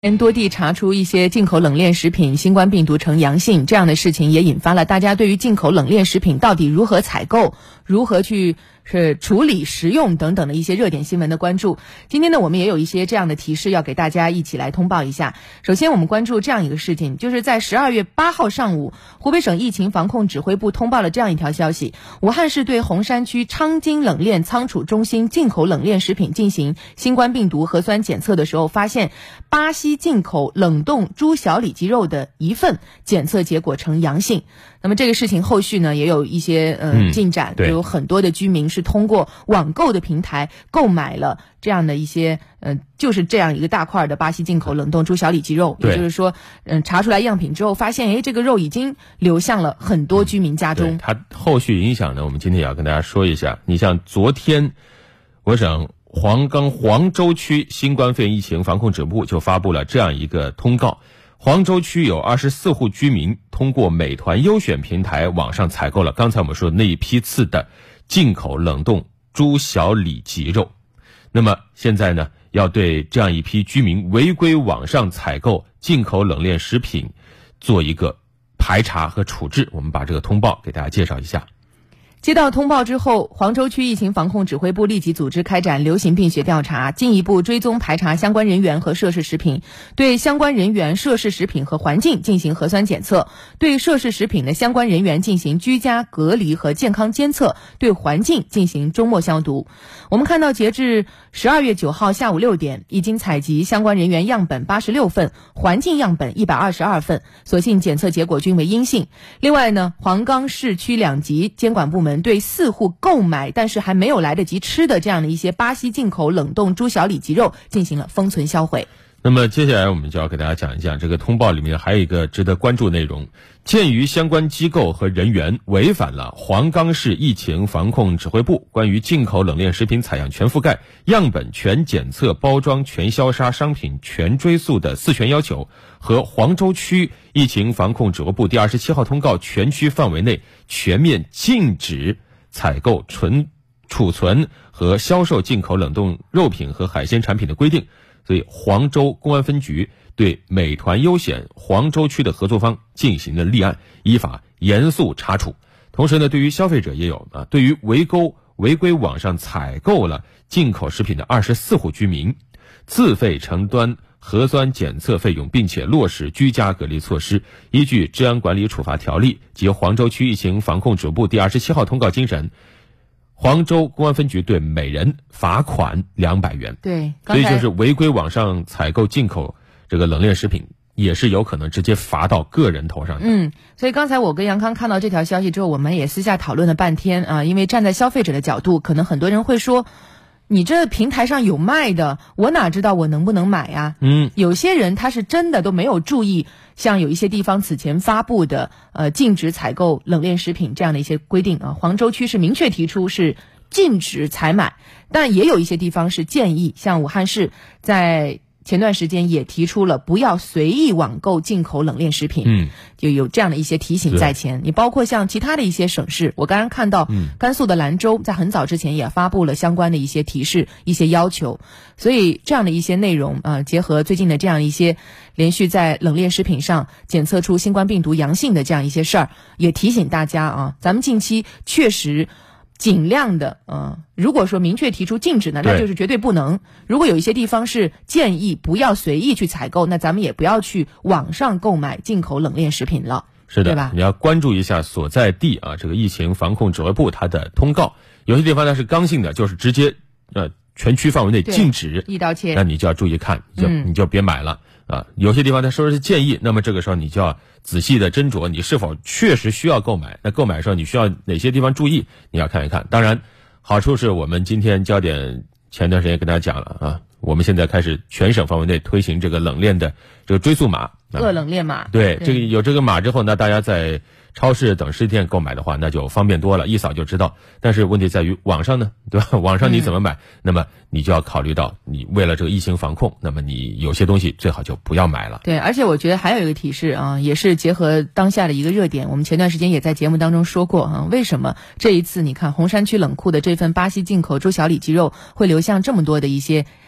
多地查出一些进口冷链食品新冠病毒呈阳性，这样的事情也引发了大家对于进口冷链食品到底如何采购、如何去处理、食用等等的一些热点新闻的关注。今天呢，我们也有一些这样的提示要给大家一起来通报一下。首先我们关注这样一个事情，就是在12月8号上午，湖北省疫情防控指挥部通报了这样一条消息：武汉市对洪山区昌金冷链仓储中心进口冷链食品进行新冠病毒核酸检测的时候，发现巴西进口冷冻猪小里脊肉的一份检测结果呈阳性。那么这个事情后续呢也有一些进展，有很多的居民是通过网购的平台购买了这样的一些就是这样一个大块的巴西进口冷冻猪小里脊肉，也就是说查出来样品之后发现这个肉已经流向了很多居民家中。 它后续影响呢，我们今天也要跟大家说一下。你像昨天我省黄州区新冠肺炎疫情防控指挥部就发布了这样一个通告，黄州区有24户居民通过美团优选平台网上采购了刚才我们说的那一批次的进口冷冻猪小里脊肉。那么现在呢，要对这样一批居民违规网上采购进口冷链食品做一个排查和处置。我们把这个通报给大家介绍一下。 接到通报之后，黄州区疫情防控指挥部立即组织开展流行病学调查，进一步追踪排查相关人员和涉事食品，对相关人员、涉事食品和环境进行核酸检测，对涉事食品的相关人员进行居家隔离和健康监测，对环境进行终末消毒。我们看到截至12月9号下午6点，已经采集相关人员样本86份，环境样本122份，所幸检测结果均为阴性。另外呢，黄冈市区2级监管部门对4户购买但是还没有来得及吃的这样的一些巴西进口冷冻猪小里脊肉进行了封存销毁。 那么接下来我们就要给大家讲一讲这个通报里面还有一个值得关注内容。鉴于相关机构和人员违反了黄冈市疫情防控指挥部关于进口冷链食品采样全覆盖、样本全检测、包装全消杀、商品全追溯的4全要求，和黄州区疫情防控指挥部第27号通告全区范围内全面禁止采购、储存和销售进口冷冻肉品和海鲜产品的规定，所以黄州公安分局对美团优选黄州区的合作方进行了立案，依法严肃查处。同时呢，对于消费者也有对于违规网上采购了进口食品的24户居民，自费承担核酸检测费用，并且落实居家隔离措施，依据治安管理处罚条例及黄州区疫情防控指挥部第27号通告精神，黄州公安分局对每人罚款200元。 对， 所以就是违规网上采购进口这个冷链食品，也是有可能直接罚到个人头上的。 所以刚才我跟杨康看到这条消息之后，我们也私下讨论了半天啊，因为站在消费者的角度，可能很多人会说，你这平台上有卖的，我哪知道我能不能买啊？有些人他是真的都没有注意，像有一些地方此前发布的禁止采购冷链食品这样的一些规定啊，黄州区是明确提出是禁止采买，但也有一些地方是建议，像武汉市在前段时间也提出了不要随意网购进口冷链食品，就有这样的一些提醒在前。你包括像其他的一些省市，我刚刚看到甘肃的兰州在很早之前也发布了相关的一些提示、一些要求，所以这样的一些内容结合最近的这样一些连续在冷链食品上检测出新冠病毒阳性的这样一些事儿，也提醒大家咱们近期确实尽量的如果说明确提出禁止呢，那就是绝对不能。如果有一些地方是建议不要随意去采购，那咱们也不要去网上购买进口冷链食品了。 是的， 对吧？ 你要关注一下所在地这个疫情防控指挥部它的通告，有些地方它是刚性的，就是直接全区范围内禁止， 一刀切， 那你就要注意看，你就别买了有些地方他说的是建议，那么这个时候你就要仔细的斟酌你是否确实需要购买。那购买的时候你需要哪些地方注意，你要看一看。当然好处是我们今天焦点前段时间跟大家讲了我们现在开始全省范围内推行这个冷链的这个追溯码， 恶冷链码。 对，这个有这个码之后呢，大家在超市等实体店购买的话，那就方便多了，一扫就知道。但是问题在于网上呢，对吧？网上你怎么买？那么你就要考虑到，你为了这个疫情防控，那么你有些东西最好就不要买了。 对，而且我觉得还有一个提示也是结合当下的一个热点，我们前段时间也在节目当中说过为什么这一次你看红山区冷库的这份巴西进口猪小里脊肉会流向这么多的一些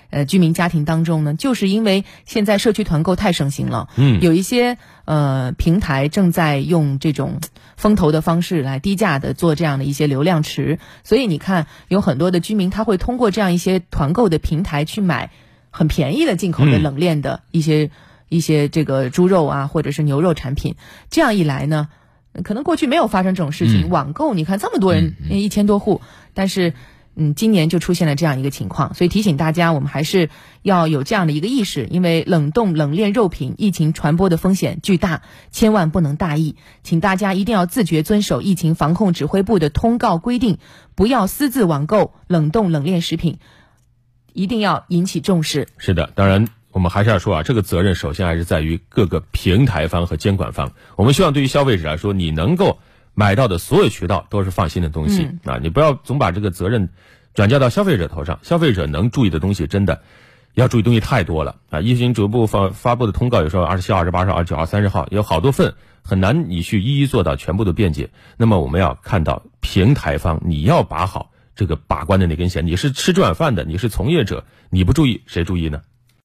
居民家庭当中呢？就是因为现在社区团购太盛行了，有一些平台正在用这种风投的方式来低价的做这样的一些流量池，所以你看有很多的居民他会通过这样一些团购的平台去买很便宜的进口的冷链的一些这个猪肉啊或者是牛肉产品，这样一来呢，可能过去没有发生这种事情，网购你看这么多人，1000多户，但是今年就出现了这样一个情况，所以提醒大家，我们还是要有这样的一个意识，因为冷冻冷链肉品疫情传播的风险巨大，千万不能大意，请大家一定要自觉遵守疫情防控指挥部的通告规定，不要私自网购冷冻冷链食品，一定要引起重视。 是的，当然我们还是要说啊，这个责任首先还是在于各个平台方和监管方。我们希望对于消费者来说，你能够买到的所有渠道都是放心的东西啊，你不要总把这个责任转嫁到消费者头上。消费者能注意的东西真的要注意东西太多了啊！疫情指挥部发布的通告有时候27号、28号、29号、30号有好多份，很难你去一一做到全部的便捷。那么我们要看到平台方，你要把好这个把关的那根弦。你是吃这碗饭的，你是从业者，你不注意谁注意呢？